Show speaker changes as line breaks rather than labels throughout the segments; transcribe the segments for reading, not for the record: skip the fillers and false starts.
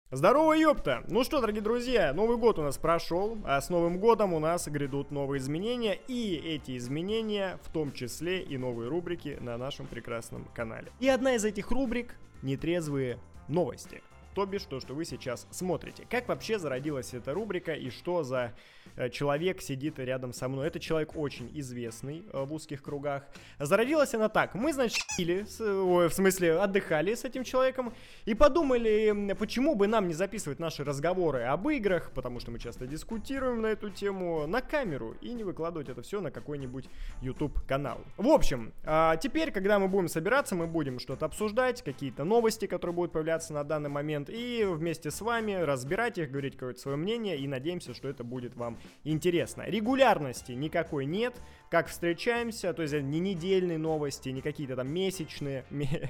Здорово, ёпта! Ну что, дорогие друзья, Новый год у нас прошел, а с Новым годом у нас грядут новые изменения, и эти изменения, в том числе и новые рубрики на нашем прекрасном канале. И одна из этих рубрик — нетрезвые новости. То бишь то, что вы сейчас смотрите. Как вообще зародилась эта рубрика и что за человек сидит рядом со мной? Это человек очень известный в узких кругах. Зародилась она так. Мы, значит, отдыхали с этим человеком и подумали, почему бы нам не записывать наши разговоры об играх, потому что мы часто дискутируем на эту тему, на камеру и не выкладывать это все на какой-нибудь YouTube-канал. В общем, теперь, когда мы будем собираться, мы будем что-то обсуждать, какие-то новости, которые будут появляться на данный момент, и вместе с вами разбирать их, говорить какое-то свое мнение, и надеемся, что это будет вам интересно. Регулярности никакой нет, как встречаемся, то есть не недельные новости, не какие-то там месячные.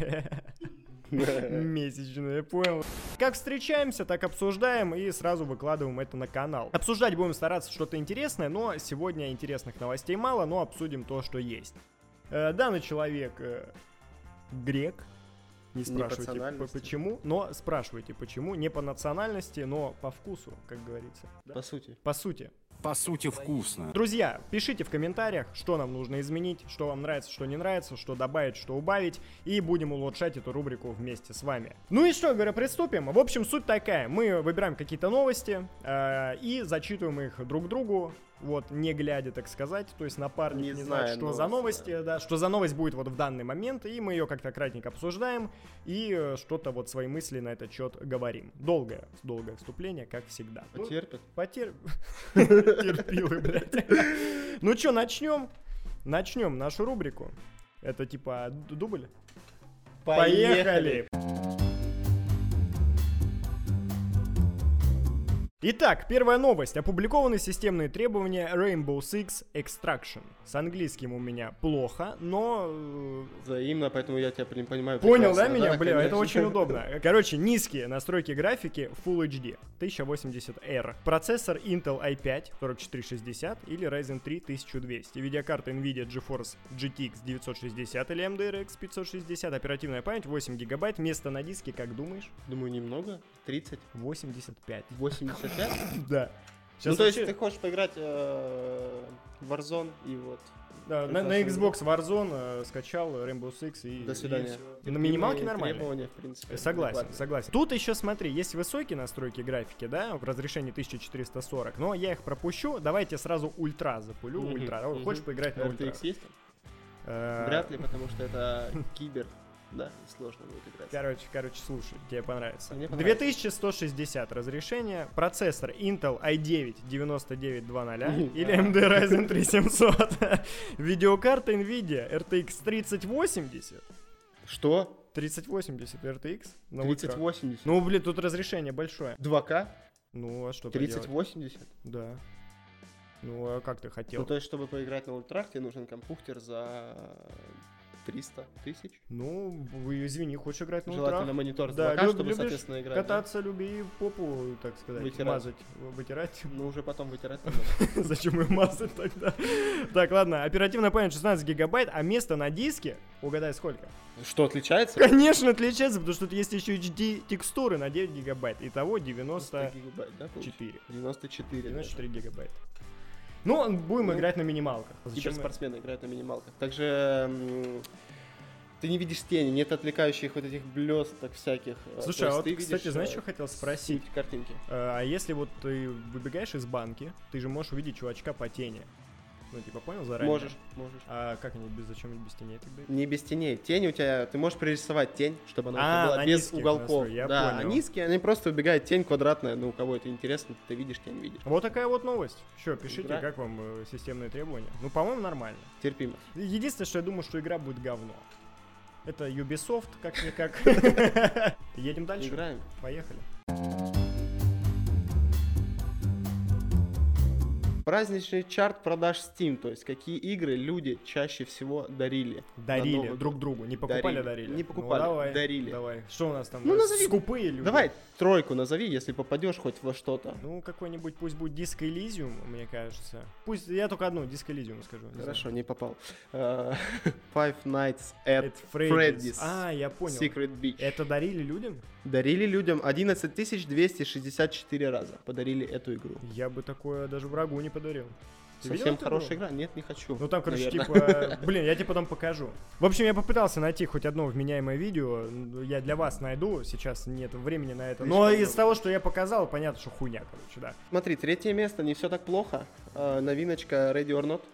Месячные, понял. Как встречаемся, так обсуждаем и сразу выкладываем это на канал. Обсуждать будем стараться что-то интересное, но сегодня интересных новостей мало, но обсудим то, что есть. Данный человек грек. Не спрашивайте, почему, но спрашивайте, почему. Не по национальности, но по вкусу, как говорится. Да?
По сути.
По сути.
По сути, вкусно.
Друзья, пишите в комментариях, что нам нужно изменить, что вам нравится, что не нравится, что добавить, что убавить, и будем улучшать эту рубрику вместе с вами. Ну и что, говоря, приступим. В общем, суть такая. Мы выбираем какие-то новости и зачитываем их друг другу, вот, не глядя, так сказать, то есть напарник не знает, что за новости, да, что за новость будет вот в данный момент, и мы ее как-то кратенько обсуждаем и что-то вот свои мысли на этот счет говорим. Долгое вступление, как всегда.
Потерпит.
Терпилы, блядь. Ну что, начнем? Начнем нашу рубрику. Это типа дубль? Поехали! Итак, первая новость. Опубликованы системные требования Rainbow Six Extraction. С английским у меня плохо, но...
Взаимно, поэтому я тебя понимаю.
Понял, да, меня? Да, бля, это очень удобно. Короче, низкие настройки графики Full HD 1080R. Процессор Intel i5 4460 или Ryzen 3 1200. Видеокарта NVIDIA GeForce GTX 960 или AMD RX 560. Оперативная память 8 гигабайт. Место на диске, как думаешь?
Думаю, немного. 30.
85.
85?
Да.
Сейчас ну, то есть ты хочешь поиграть в Warzone и вот...
Да, на Xbox Warzone скачал Rainbow Six и...
До свидания.
И на минималке нормально.
Требования, в принципе.
Согласен. Тут еще смотри, есть высокие настройки графики, да, в разрешении 1440, но я их пропущу. Давайте сразу ультра запулю. Ультра. Хочешь поиграть на ультра?
RTX есть там? Вряд ли, потому что это кибер. Да, сложно будет играть.
Короче, слушай, тебе понравится.
Мне понравится.
2160 разрешение, процессор Intel i9 9920 или AMD Ryzen 3700, видеокарта NVIDIA RTX 3080.
Что?
3080 RTX?
3080?
Ну, блин, тут разрешение большое.
2К?
Ну, а что
3080?
Да. Ну, а как ты хотел?
Ну, то есть, чтобы поиграть на ультрах, тебе нужен компьютер за... 300 тысяч?
Ну, извини, хочешь играть на ультрах?
Желательно монитор с 2К,
да,
чтобы, соответственно, играть.
Кататься, люби попу, так сказать, мазать, вытирать.
Ну, уже потом вытирать.
Зачем ее мазать тогда? Так, ладно, оперативная память 16 гигабайт, а место на диске, угадай, сколько?
Что, отличается?
Конечно, отличается, потому что тут есть еще HD текстуры на 9 гигабайт. Итого 94.
гигабайт, да, 94.
94 гигабайта. Ну, будем играть на минималках.
Киберспортсмены играют на минималках. Также ты не видишь тени, нет отвлекающих вот этих блесток всяких.
Слушай, а вот, кстати, знаешь, что хотел спросить?
Картинки.
А если вот ты выбегаешь из банки, ты же можешь увидеть чувачка по тени. Ну, типа, понял заранее?
Можешь.
А как они, зачем без теней тогда?
Не без теней. Тень у тебя, ты можешь пририсовать тень, чтобы она была без уголков. Да,
понял.
А низкие, они просто убегают, тень квадратная, ну, у кого это интересно, ты видишь, тень видишь.
Вот такая вот новость. Что, пишите, как вам системные требования. Ну, по-моему, нормально.
Терпимо.
Единственное, что я думаю, что игра будет говно. Это Ubisoft, как-никак. Едем дальше?
Играем.
Поехали.
Праздничный чарт продаж Steam, то есть какие игры люди чаще всего дарили.
Дарили друг другу, не покупали, дарили.
Не покупали,
ну, давай,
дарили.
Давай. Что у нас там?
Ну, назови.
Скупые люди.
Давай тройку назови, если попадешь хоть во что-то.
Ну, какой-нибудь, пусть будет Disco Elysium, мне кажется. Пусть, я только одну Disco Elysium скажу.
Хорошо, не попал. Five Nights at Freddy's.
А, я понял.
Secret Beach.
Это дарили людям?
Дарили людям 11 264 раза. Подарили эту игру.
Я бы такое даже врагу не подарил. Ты видел
Совсем
эту
хорошая
игру?
игра? Нет, не хочу.
Ну там, короче,
наверное.
типа... Блин, я тебе потом покажу. В общем, я попытался найти хоть одно вменяемое видео. Я для вас найду. Сейчас нет времени на это. Но из того, что я показал, понятно, что хуйня, короче, да.
Смотри, третье место, не все так плохо. Новиночка Ready or Not.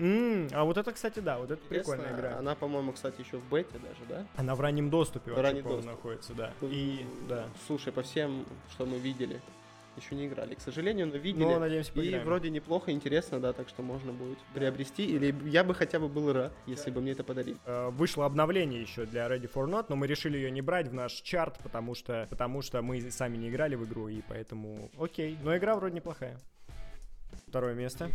А вот это, кстати, да, вот это прикольная
Интересно.
игра.
Она, по-моему, кстати, еще в бете даже, да?
Она в раннем доступе вообще,
раннем
по-моему,
доступе.
находится, да. И, да.
Слушай, по всем, что мы видели, еще не играли, к сожалению, но видели.
Но, надеемся,
И
поиграем.
вроде неплохо, интересно, да, так что можно будет приобрести. Или я бы хотя бы был рад, если бы мне это подарили.
Вышло обновление еще для Ready for Not, но мы решили ее не брать в наш чарт, потому что мы сами не играли в игру, и поэтому окей. Но игра вроде неплохая. Второе место.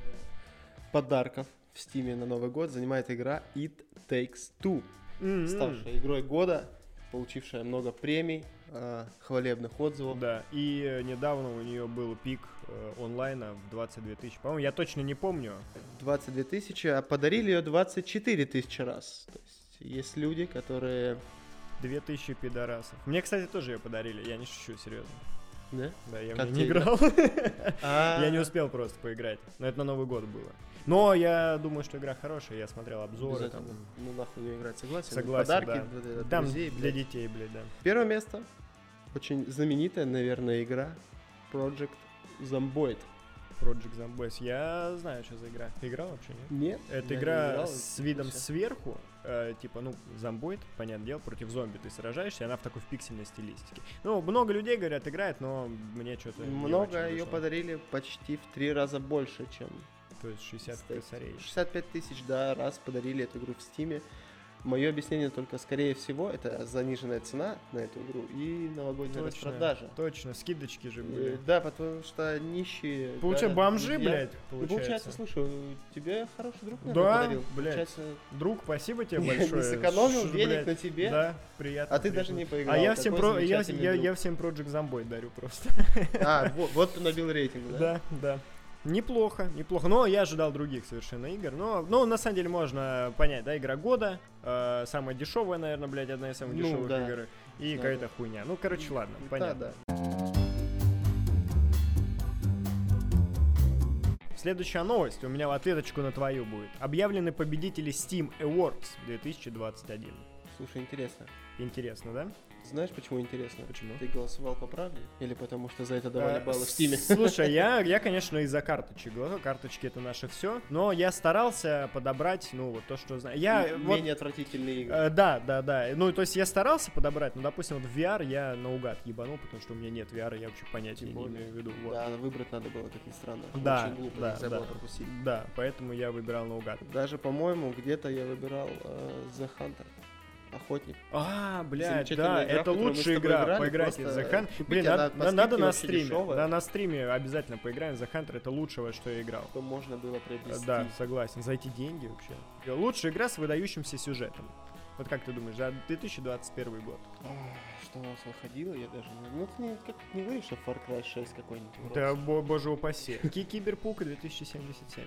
Подарков в Стиме на Новый год занимает игра It Takes Two, ставшая игрой года, получившая много премий, хвалебных отзывов.
Да, и недавно у нее был пик онлайна в 22 тысячи. По-моему, я точно не помню.
22 тысячи, а подарили ее 24 тысячи раз. То есть есть люди, которые...
2000 пидорасов. Мне, кстати, тоже ее подарили, я не шучу, серьезно.
Да?
Да, я в
Как
нее не
тебе
играл.
А,
Я не успел просто поиграть. Но это на Новый год было. Но я думаю, что игра хорошая, я смотрел обзоры. Там.
обязательно. Ну нахуй ее играть, согласен?
Согласен,
Подарки
да.
от
Там
друзей,
для
блядь.
детей, блядь, да.
Первое место. Очень знаменитая, наверное, игра Project Zomboid.
Project Zomboid. Я знаю, что за игра. Ты играл вообще, нет?
Нет.
Это
я не
игра
играл,
с видом
слушай.
сверху, типа, ну, зомбоид, понятное дело, против зомби ты сражаешься, и она в такой в пиксельной стилистике. Ну, много людей, говорят, играет, но мне что-то
Много ее подарили почти в 3 раза больше, чем...
То есть 60 косарей.
65 тысяч, да, раз подарили эту игру в Стиме. Мое объяснение только, скорее всего, это заниженная цена на эту игру и новогодняя распродажа.
Точно, скидочки же были.
Да, потому что нищие...
Получается,
да,
бомжи,
друзья.
блядь,
Ну, получается, слушай, тебе хороший друг, наверное,
Да,
подарил.
блядь.
Получается,
Друг, спасибо тебе
не
большое.
сэкономил
Ш-
денег
блядь,
на тебе,
Да, приятно.
а ты
приятно.
даже не поиграл.
А я всем,
Какой
я
замечательный друг.
всем Project Zomboid дарю просто.
А, вот ты набил рейтинг, да?
Да, да. Неплохо, неплохо. Но я ожидал других совершенно игр. Но на самом деле можно понять, да, игра года. Самая дешевая, наверное, блядь, одна из самых
Ну,
дешевых
да.
игр. И
Да.
какая-то хуйня. Ну, короче, ладно,
Да,
понятно.
да.
Следующая новость у меня в ответочку на твою будет. Объявлены победители Steam Awards 2021.
Слушай, интересно.
Интересно, да?
Знаешь, почему интересно?
Почему?
Ты голосовал по правде? Или потому что за это давали баллы в Стиме?
Слушай, я, конечно, из-за карточек голосую. Карточки — это наше все. Но я старался подобрать, ну, вот то, что знаю. Я вот,
Менее отвратительные игры.
да. Ну, то есть я старался подобрать, но, допустим, вот в VR я наугад ебанул, потому что у меня нет VR, я вообще понятия
Тем
не
более.
имею в виду. Вот.
Да, выбрать надо было, как ни странно.
Да,
Очень глупо,
да,
нельзя
да.
было пропустить.
Да, поэтому я выбирал наугад.
Даже, по-моему, где-то я выбирал The Hunter. Охотник.
Блядь,
Замечательная
да,
игра, в
это
которую мы с
лучшая
тобой
игра,
играли,
поиграйте в
просто
The Hunter.
купить,
Блин,
она по скидке
надо на
вообще
стриме,
дешевая.
да, на стриме обязательно поиграем в The Hunter, это лучшее, во что я играл.
Что можно было приобрести.
Да, согласен, за эти деньги вообще. Лучшая игра с выдающимся сюжетом. Вот как ты думаешь, за 2021 год?
Что у нас выходило, я даже не... Ну, ты не говоришь, что Far Cry 6 какой-нибудь.
Да, боже упаси. Киберпук 2077.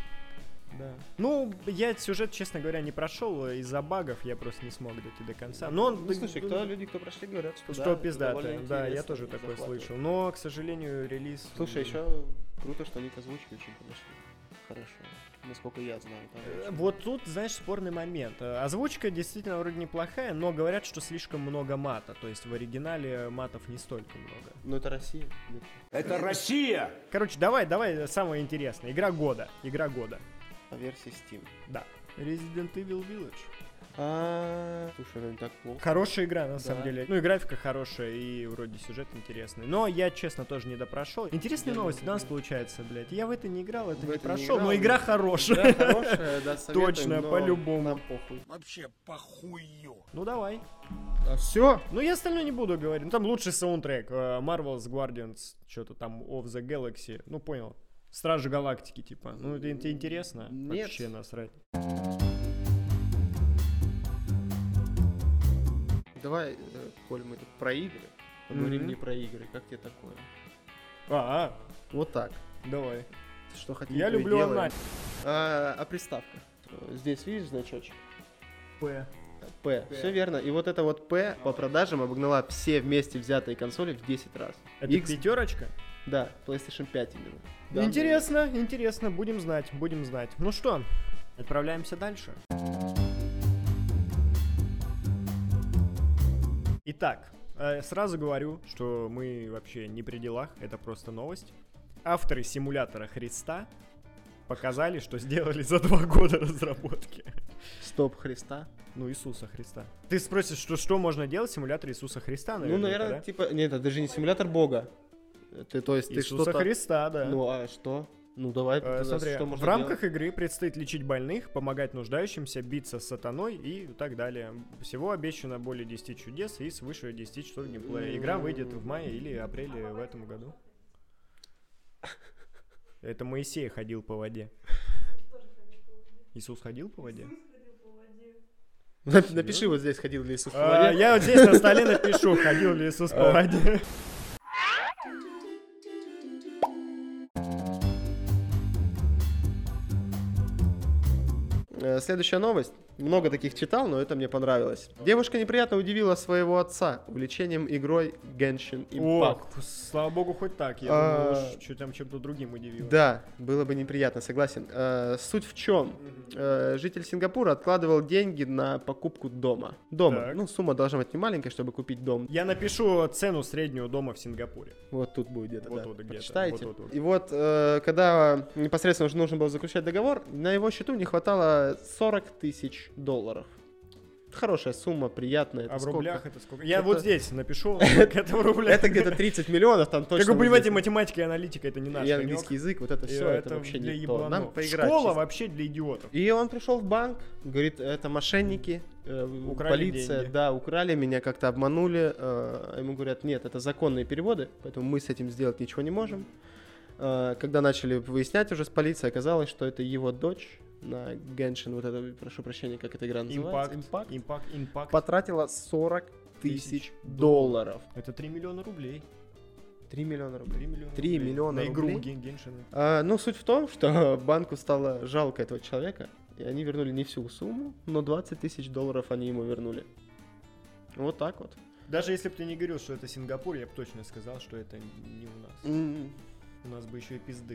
Да. Ну, я сюжет, честно говоря, не прошел из-за багов, я просто не смог дойти до конца. Но
Ну, слушай, люди, кто прошли, говорят, что
что
да,
пиздатое,
довольно
да, я
интересно
тоже
и
такое
захватывает.
слышал. Но, к сожалению, релиз...
Слушай, еще круто, что они к озвучке очень подошли. Хорошо. Насколько я знаю. Там
Вот тут, знаешь, спорный момент. Озвучка действительно вроде неплохая, но говорят, что слишком много мата. То есть в оригинале матов не столько много.
Ну, это Россия.
Это Россия!
Короче, давай, самое интересное. Игра года.
По версии Steam.
Да. Resident Evil Village.
Слушай, ну не так плохо.
Хорошая игра, на
Да.
самом деле. Ну и графика хорошая, и вроде сюжет интересный. Но я, честно, тоже не допрошел. Интересная
Я
новость
не
у нас
знаю.
получается, блядь. Я в это не играл, это
В
не
это не
прошел,
играл,
но игра
но-
хорошая.
Игра хорошая, да, советуем,
Точно,
но
по-любому.
нам похуй.
Вообще похую.
Ну давай.
Все?
Ну я остальное не буду говорить. Ну там лучший саундтрек. Marvel's Guardians, что-то там of the Galaxy. Ну понял. Стражи Галактики, типа. Ну это тебе интересно?
Нет.
Вообще насрать.
Давай, коль мы тут про игры, поговорим
Мгм.
не про игры. Как тебе такое? Вот так.
Давай.
Что хотим,
Я
то и
люблю
делаем.
онлайн.
А приставка? Здесь видишь значочек?
П.
P. Все верно. И вот это вот P по продажам обогнала все вместе взятые консоли в 10 раз.
Это
X,
пятерочка?
да, PlayStation 5 именно. Да,
Интересно, интересно, будем знать, будем знать. Ну что, отправляемся дальше. Итак, сразу говорю, что мы вообще не при делах, это просто новость. Авторы симулятора Христа показали, что сделали за 2 года разработки.
Стоп Христа.
Ну, Иисуса Христа. Ты спросишь, что можно делать в симуляторе Иисуса Христа, наверное,
Ну, наверное, типа... Нет, это же не симулятор Бога. То есть ты
Иисуса
что-то...
Христа, да.
Ну, а что? Ну, давай,
Смотри,
что
в
можно
рамках
делать?
игры предстоит лечить больных, помогать нуждающимся, биться с сатаной и так далее. Всего обещано более 10 чудес и свыше 10 часов геймплея. Игра выйдет в мае или апреле в этом году. Это Моисей ходил по воде. Иисус ходил по воде?
Напиши вот здесь, ходил ли Иисус по воде.
Я вот здесь на столе напишу, ходил ли Иисус по воде.
Следующая новость. Много таких читал, но это мне понравилось. Девушка неприятно удивила своего отца увлечением игрой Genshin Impact.
Ох, слава богу, хоть так. Я думал, что там чем-то другим удивило.
Да, было бы неприятно, согласен. Суть в чем? Житель Сингапура откладывал деньги на покупку дома.
Так.
Ну, сумма должна быть не маленькая, чтобы купить дом.
Я напишу цену среднего дома в Сингапуре.
Вот тут будет где-то,
Вот
да.
тут где-то,
Прочитайте.
вот.
И вот, когда непосредственно уже нужно было заключать договор, на его счету не хватало 40 тысяч долларов. Хорошая сумма, приятная.
А
Это
в рублях
сколько?
это сколько? Я
Это-
вот здесь напишу, как это в рублях.
Это где-то 30 миллионов, там точно.
Как вы
вот
понимаете,
здесь.
математика и аналитика это не наш
И
конёк.
английский язык, вот это
И
все, это вообще
для
не то. Нам
ебанов.
поиграть
Школа
чисто.
вообще для идиотов.
И он пришел в банк, говорит, это мошенники,
Украли
полиция,
деньги.
да, украли меня, как-то обманули. Ему говорят, нет, это законные переводы, поэтому мы с этим сделать ничего не можем. Когда начали выяснять уже с полицией, оказалось, что это его дочь на Genshin, вот это, прошу прощения, как эта игра называется?
Импакт.
Потратила 40 тысяч долларов.
Это 3 миллиона рублей.
3 миллиона рублей.
3 миллиона
3
рублей.
миллиона
на игру
рублей?
Геншина.
Ну, суть в том, что банку стало жалко этого человека, и они вернули не всю сумму, но 20 тысяч долларов они ему вернули. Вот так вот.
Даже если бы ты не говорил, что это Сингапур, я бы точно сказал, что это не у нас. У нас бы еще и пизды.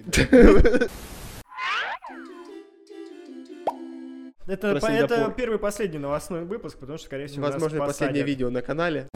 Это
Сингапур.
первый последний новостной выпуск, потому что, скорее всего, нас
Возможно, последнее
посадят.
видео на канале.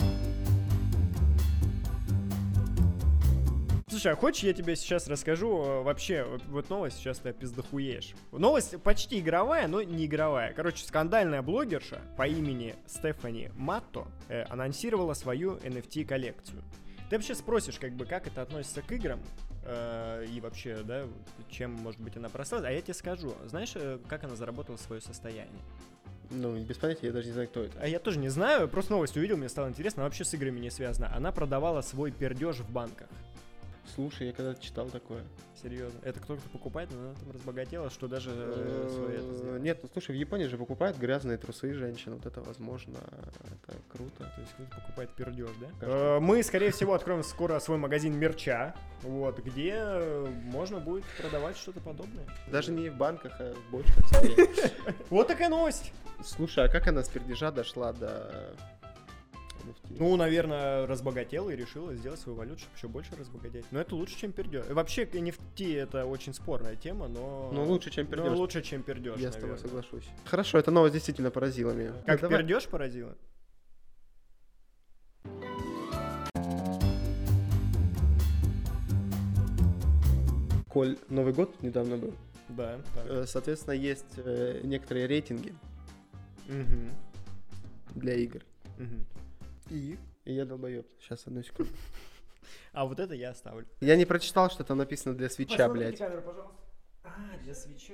Слушай, а хочешь, я тебе сейчас расскажу вообще, вот новость, сейчас ты пиздохуеешь. Новость почти игровая, но не игровая. Короче, скандальная блогерша по имени Стефани Матто анонсировала свою NFT-коллекцию. Ты вообще спросишь, как это относится к играм, и вообще, да, чем, может быть, она прославилась. А я тебе скажу, знаешь, как она заработала свое состояние?
Ну, без понятия, я даже не знаю, кто это.
А я тоже не знаю, просто новость увидел, мне стало интересно, она вообще с играми не связана. Она продавала свой пердеж в банках.
Слушай, я когда-то читал такое.
Серьезно. Это кто-то покупает, но она там разбогатела, что даже свои это сделала.
Нет, ну слушай, в Японии же покупают грязные трусы женщин. Вот это возможно, это круто.
То есть кто-то покупает пердеж, да?
Конечно.
Мы, скорее всего, откроем скоро свой магазин мерча, вот, где можно будет продавать что-то подобное.
Даже не в банках, а в бочках скорее.
Вот такая новость.
Слушай, а как она с пердежа дошла до NFT?
Ну, наверное, разбогатела и решила сделать свою валюту, чтобы еще больше разбогатеть. Но это лучше, чем пердеж. Вообще, NFT это очень спорная тема, но...
Ну, лучше, чем пердеж.
Ну, лучше, чем пердеж,
Я с тобой
наверное.
соглашусь. Хорошо, эта новость действительно поразила меня.
Как
Ну, давай.
пердеж поразила?
Коль Новый год недавно был,
Да. Так.
соответственно, есть некоторые рейтинги
Мгм.
для игр.
Мгм. И?
И я долбоёб. Сейчас, одну секунду.
А вот это я оставлю.
Я не прочитал, что там написано для свитча, блядь.
камеру, пожалуйста. Для свеча.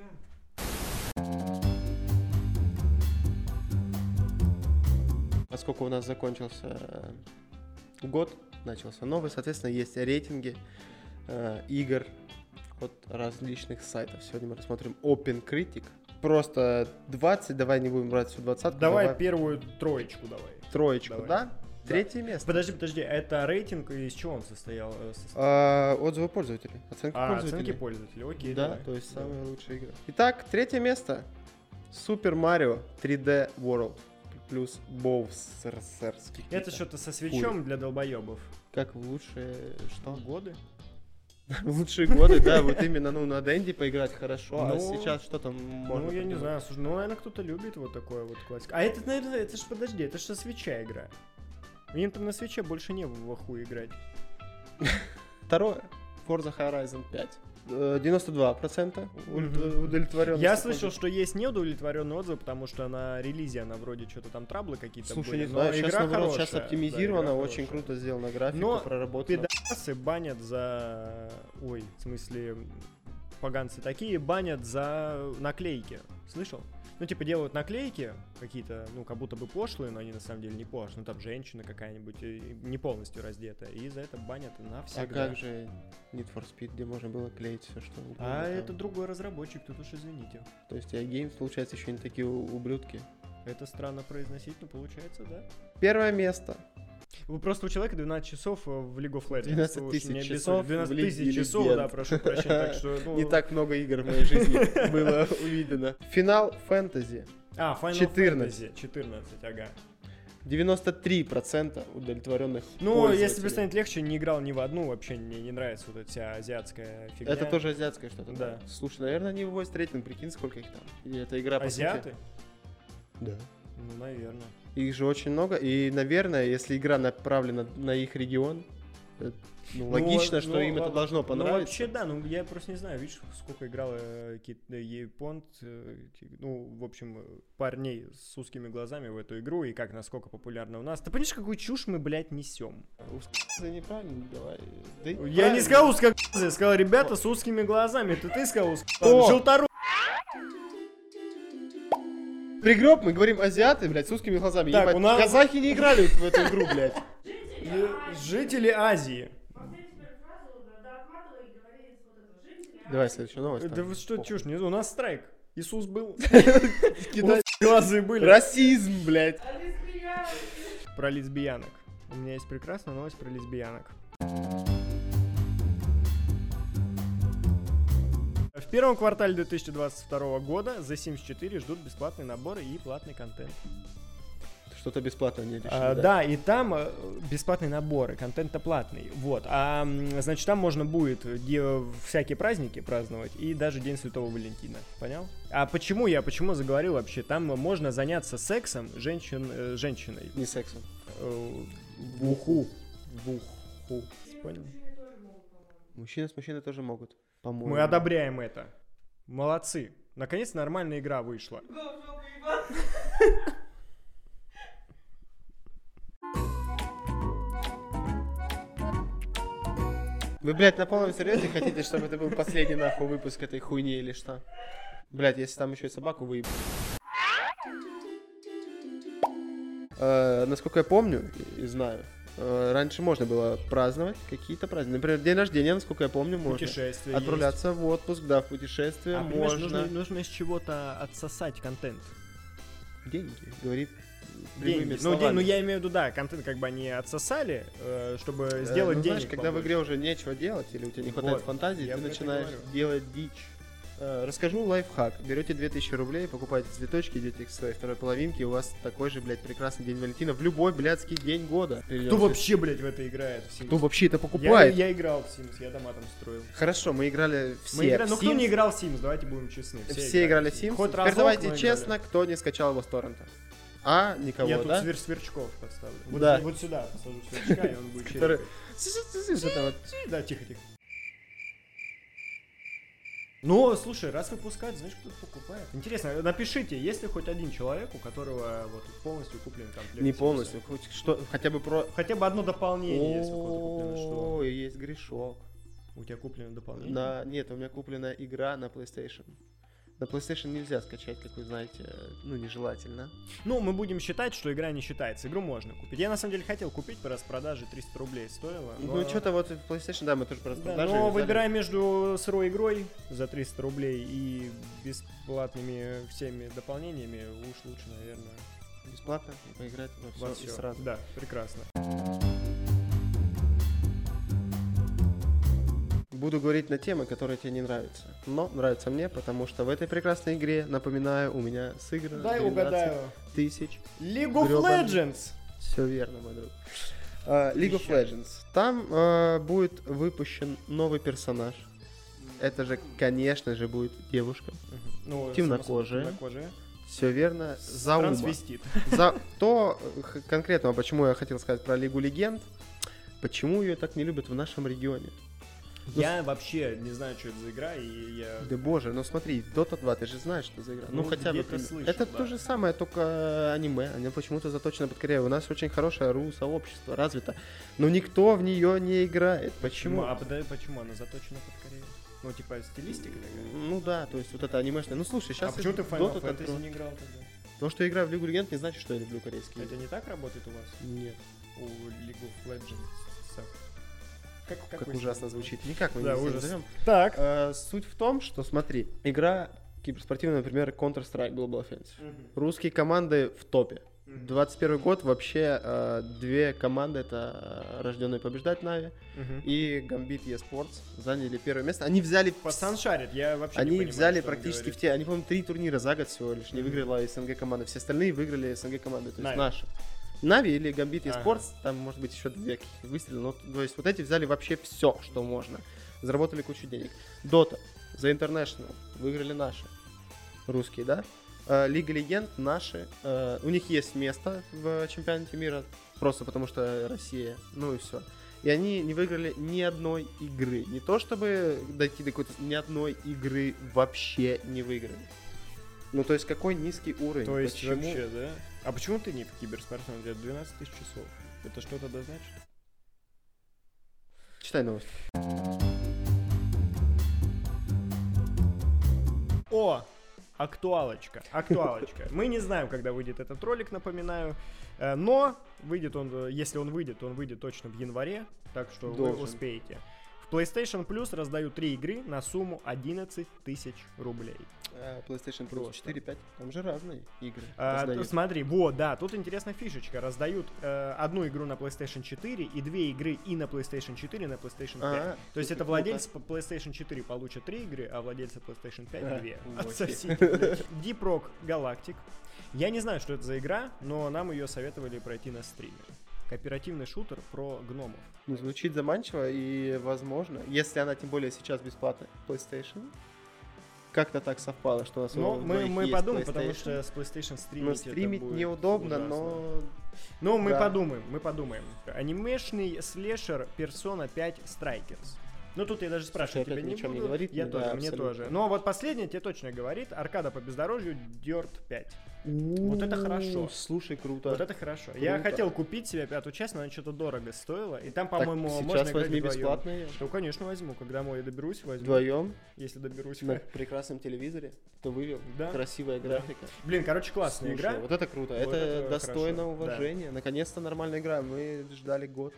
Поскольку у нас закончился год, начался новый, соответственно, есть рейтинги игр от различных сайтов. Сегодня мы рассмотрим OpenCritic. Просто 20, давай не будем брать всю 20.
Давай первую троечку давай.
Троечку,
Давай.
да? Третье место.
Подожди, это рейтинг, из чего он состоял?
Отзывы пользователей. Оценки пользователей.
Оценки пользователей, окей,
Да,
давай.
то есть самая лучшая игра. Итак, третье место. Super Mario 3D World. плюс боусерский.
Это что-то со свечом для долбоебов.
Как в лучшие что?
Годы?
В лучшие годы, да, вот именно, на Денди поиграть хорошо, а
Ну,
сейчас что там можно?
Ну, я не
придумать?
знаю, слушай, наверное, кто-то любит вот такое вот классика. А это, наверное, это ж, подожди, это же со свеча игра. Им там на свече больше не в аху играть.
Второе. Forza Horizon 5. 92% удовлетворенности.
Я слышал, что есть неудовлетворенные отзывы, потому что на релизе она вроде что-то там траблы какие-то
Слушай,
были.
не знаю,
но
сейчас,
игра
наоборот,
хорошая.
сейчас оптимизировано,
Да, игра
очень
хорошая.
круто сделана графика,
Но
проработана.
Пидорасы банят за... Ой, в смысле, поганцы такие банят за наклейки. Слышал? Ну, типа, делают наклейки какие-то, как будто бы пошлые, но они на самом деле не пошлые. Ну, там женщина какая-нибудь не полностью раздетая. И за это банят навсегда.
А как же Need for Speed, где можно было клеить все, что угодно?
А
там?
это другой разработчик, тут уж извините.
То есть Games, получается, еще не такие ублюдки.
Это странно произносить, но получается, да.
Первое место.
Вы просто у человека 12 часов в League of Legends.
12
Вы уж
тысяч
не
часов
12
в Лиге
тысяч часов,
Легенд.
да, прошу прощения. Так что,
Не так много игр в моей жизни было увидено. Финал фэнтези.
Final
14.
Fantasy 14, ага.
93% удовлетворенных
Ну,
пользователей.
если тебе станет легче, не играл ни в одну, вообще мне не нравится вот эта вся азиатская фигня.
Это тоже азиатское что-то,
Да.
Слушай, наверное, они вывозят рейтинг, прикинь, сколько их там. Или это игра, по
Азиаты?
сути? Да.
Ну, наверное.
Их же очень много, и, наверное, если игра направлена на их регион, логично, что им это должно
Ну,
понравиться.
вообще, да, я просто не знаю, видишь, сколько играло в общем, парней с узкими глазами в эту игру, и как, насколько популярна у нас. Ты понимаешь, какую чушь мы, блядь, несем?
Неправильно, давай. Да
Я не
правильно.
сказал узкоглазые, я сказал ребята с узкими глазами. Ты сказал
Кто?
узкоглазые. Желтору...
Пригреб, мы говорим азиаты, блядь, с узкими глазами.
Так,
Ебать,
у нас-
казахи не играли в эту игру, блядь.
Жители Азии.
Давай следующую новость.
Да
там.
вы что, чушь, у нас страйк. Иисус был.
Кидай.
Глазы были.
Расизм, блядь.
Про лесбиянок. У меня есть прекрасная новость про лесбиянок. В первом квартале 2022 года за Sims 4 ждут бесплатные наборы и платный контент.
Что-то бесплатное не решили,
Да, и там бесплатные наборы, контент-то платный. Вот. Значит, там можно будет всякие праздники праздновать и даже День Святого Валентина. Понял? А почему заговорил вообще? Там можно заняться сексом женщиной.
Не сексом.
В уху. Понял?
Мужчины с мужчиной тоже могут, по-моему.
Мы одобряем это. Молодцы. Наконец нормальная игра вышла.
Вы, блядь, на полном серьезе хотите, чтобы это был последний нахуй выпуск этой хуйни или что? Блядь, если там еще и собаку выеб... Насколько я помню и знаю, раньше можно было праздновать какие-то праздники. Например, день рождения, насколько я помню, можно.
Путешествия
Отправляться в отпуск, да, в путешествие
понимаешь,
можно.
нужно из чего-то отсосать контент.
Деньги, говорит прямыми
Деньги.
словами.
Ну, я имею в виду, да, контент как бы они отсосали, чтобы сделать
Ну,
денег.
знаешь, когда в игре уже нечего делать, или у тебя не хватает
Вот,
фантазии,
я
ты
про это
начинаешь
говорю.
делать дичь. Расскажу лайфхак. Берете 2000 рублей, покупаете цветочки, идете к своей второй половинке, и у вас такой же, блядь, прекрасный день Валентина в любой блядский день года.
Кто вообще, блядь, в это играет? В Sims?
Кто вообще это покупает?
Я играл в Sims, я дома там строил.
Хорошо, мы играли все
Мы играли,
в
ну кто
Sims.
не играл в Sims, давайте будем честны.
Все играли в Sims.
Хоть
Теперь
разок,
давайте
но
честно, кто не скачал его с торрента. А, никого,
Я тут
да?
сверчков поставлю. Вот,
Да.
вот сюда посажу сверчка, и он будет
Который-
черепать.
Это вот.
Да, тихо. Ну, слушай, раз выпускать, значит, кто-то покупает. Интересно, напишите, есть ли хоть один человек, у которого вот полностью куплен комплект?
Не
Sims?
полностью, что, хотя бы про...
Хотя бы одно дополнение, если у кого-то куплено, что?
Ой, есть грешок.
У тебя куплено дополнение?
Нет, у меня куплена игра на PlayStation. На PlayStation нельзя скачать, как вы знаете, нежелательно.
Ну, мы будем считать, что игра не считается. Игру можно купить. Я, на самом деле, хотел купить по распродаже, 300 рублей стоило. Но...
Ну, что-то вот в PlayStation, да, мы тоже по
Да,
распродаже
но
взяли.
выбирая между сырой игрой за 300 рублей и бесплатными всеми дополнениями, уж лучше, наверное,
Бесплатно поиграть во
во
всё и
всё.
сразу.
Да, прекрасно.
буду говорить на темы, которые тебе не нравятся. Но нравятся мне, потому что в этой прекрасной игре, напоминаю, у меня сыграно
Дай
12
угадаю.
тысяч.
League of
грёбаный.
Legends.
Все верно, мой друг. League of Legends. Там будет выпущен новый персонаж. Это же, конечно же, будет девушка.
Ну,
Темнокожая.
темнокожая.
Все верно. Заума.
Трансвестит.
За то конкретно, почему я хотел сказать про Лигу Легенд, почему ее так не любят в нашем регионе.
Я вообще не знаю, что это за игра, и я...
Да боже, ну смотри, Dota 2, ты же знаешь, что за игра. Ну,
Ну,
хотя бы.
где-то слышал,
Это
да.
то же самое, только аниме. Оно почему-то заточено под Корею. У нас очень хорошее ру-сообщество развито. Но никто в нее не играет. Почему?
А почему она заточена под Корею? Ну, типа, стилистика такая?
Ну да, то есть вот это анимешное. Ну слушай, сейчас
А почему ты в Final
Dota так
Fantasy
про-
не играл тогда?
То, что я играю в Лигу Легенд, не значит, что я люблю корейский.
Это не так работает у вас?
Нет.
У League of Legends?
Как ужасно звучит. Никак мы
Да,
не
ужас.
назовем.
Так.
Суть в том, что, смотри, игра киберспортивная, например, Counter-Strike Global Offensive. Русские команды в топе. 21 год вообще две команды, это Рожденные побеждать Нави и Gambit eSports, заняли первое место. Они взяли...
Пацан шарит, я вообще не
Они
понимаю,
взяли
что он
практически
говорит.
в те... Они, по-моему, 3 турнира за год всего лишь не выиграла СНГ команда. Все остальные выиграли СНГ команды, то есть
Нави.
наши. Нави или Gambit
Ага.
eSports, там, может быть, еще 2 каких-то выстрела. Но, то есть вот эти взяли вообще все, что можно. Заработали кучу денег. Dota, The International, выиграли наши. Русские, да? Лига Легенд наши. У них есть место в чемпионате мира, просто потому что Россия. Ну и все. И они не выиграли ни одной игры. Не то чтобы дойти до какой-то... Ни одной игры вообще не выиграли. Ну, то есть, какой низкий уровень.
То есть
Почему?
вообще, да? А почему ты не в киберспорте? Он идет 12 тысяч часов. Это что тогда значит?
Читай новости.
О! Актуалочка. Мы не знаем, когда выйдет этот ролик, напоминаю. Но выйдет он, если он выйдет, то он выйдет точно в январе. Так что вы
Должен.
успеете. В PlayStation Plus раздают 3 игры на сумму 11 тысяч рублей.
PlayStation Plus
Просто.
4-5. Там же разные игры.
Тут смотри, вот, да, тут интересная фишечка. Раздают одну игру на PlayStation 4 и 2 игры и на PlayStation 4, и на PlayStation 5.
А,
То есть
супер
это владельцы PlayStation 4 получат 3 игры, а владельцы PlayStation 5 2.
вот.
Отсосите. Deep Rock Galactic. Я не знаю, что это за игра, но нам ее советовали пройти на стриме. Кооперативный шутер про гномов.
Ну, звучит заманчиво и возможно, если она тем более сейчас бесплатная PlayStation. Как-то так совпало, что у нас
Но
у
мы
двоих есть
подумаем, потому
PlayStation.
что с PlayStation стримить
Но
это
стримить
будет
неудобно,
ужасно.
но...
Ну, мы
Да.
подумаем. Анимешный слэшер Persona 5 Strikers. Ну, тут я даже спрашивать
Слушай,
тебя
это
не
ничем не
буду.
говорит
Я
мне,
тоже,
да,
мне
абсолютно.
тоже. Но вот последнее тебе точно говорит. Аркада по бездорожью Dirt 5. Вот это хорошо.
Слушай, круто.
Вот это хорошо.
Круто.
Я хотел купить себе 5-ю часть, но она что-то дорого стоила. И там,
Так,
по-моему, можно
сейчас
играть
возьми
вдвоем.
бесплатно её.
Ну, конечно, возьму. Когда мой доберусь, возьму.
Вдвоем
Если доберусь.
на прекрасном телевизоре, кто вывел,
Да.
красивая
Да.
графика.
Блин, короче, классная
Слушай,
игра.
вот это круто,
Вот
это
это
достойно
хорошо,
уважения. Наконец-то нормальная игра, мы ждали год.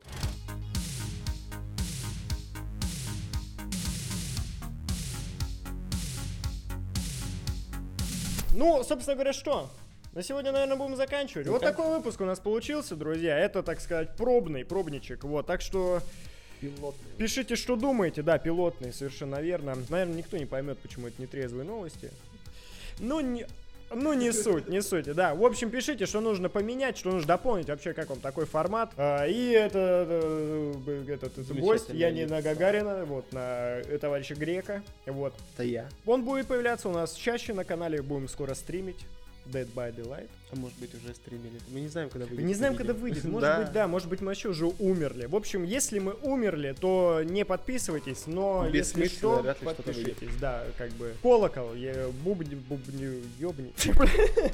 Ну, собственно говоря, что? На сегодня, наверное, будем заканчивать. Вот такой выпуск у нас получился, друзья. Это, так сказать, пробничек. Вот, так что
Пилотный.
пишите, что думаете. Да, пилотный, совершенно верно. Наверное, никто не поймет, почему это нетрезвые новости. Не суть, да. В общем, пишите, что нужно поменять, что нужно дополнить, вообще, как вам такой формат. И этот гость, я не на Гагарина, вот, на товарища Грека, вот.
Это я.
Он будет появляться у нас чаще на канале, будем скоро стримить. Dead by Daylight.
А может быть уже стримили. Мы не знаем, когда выйдет.
Не знаем,
это
когда
видео.
выйдет. Может быть, да, может быть, мы вообще уже умерли. В общем, если мы умерли, то не подписывайтесь, но если
Бессмысленно,
что,
вряд ли что-то
подпишитесь. Да, как бы. Колокол, бубни, ёбни.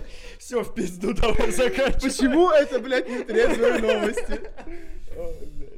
Все, в пизду, давай заканчивай.
Почему это, блядь, не трезвые новости?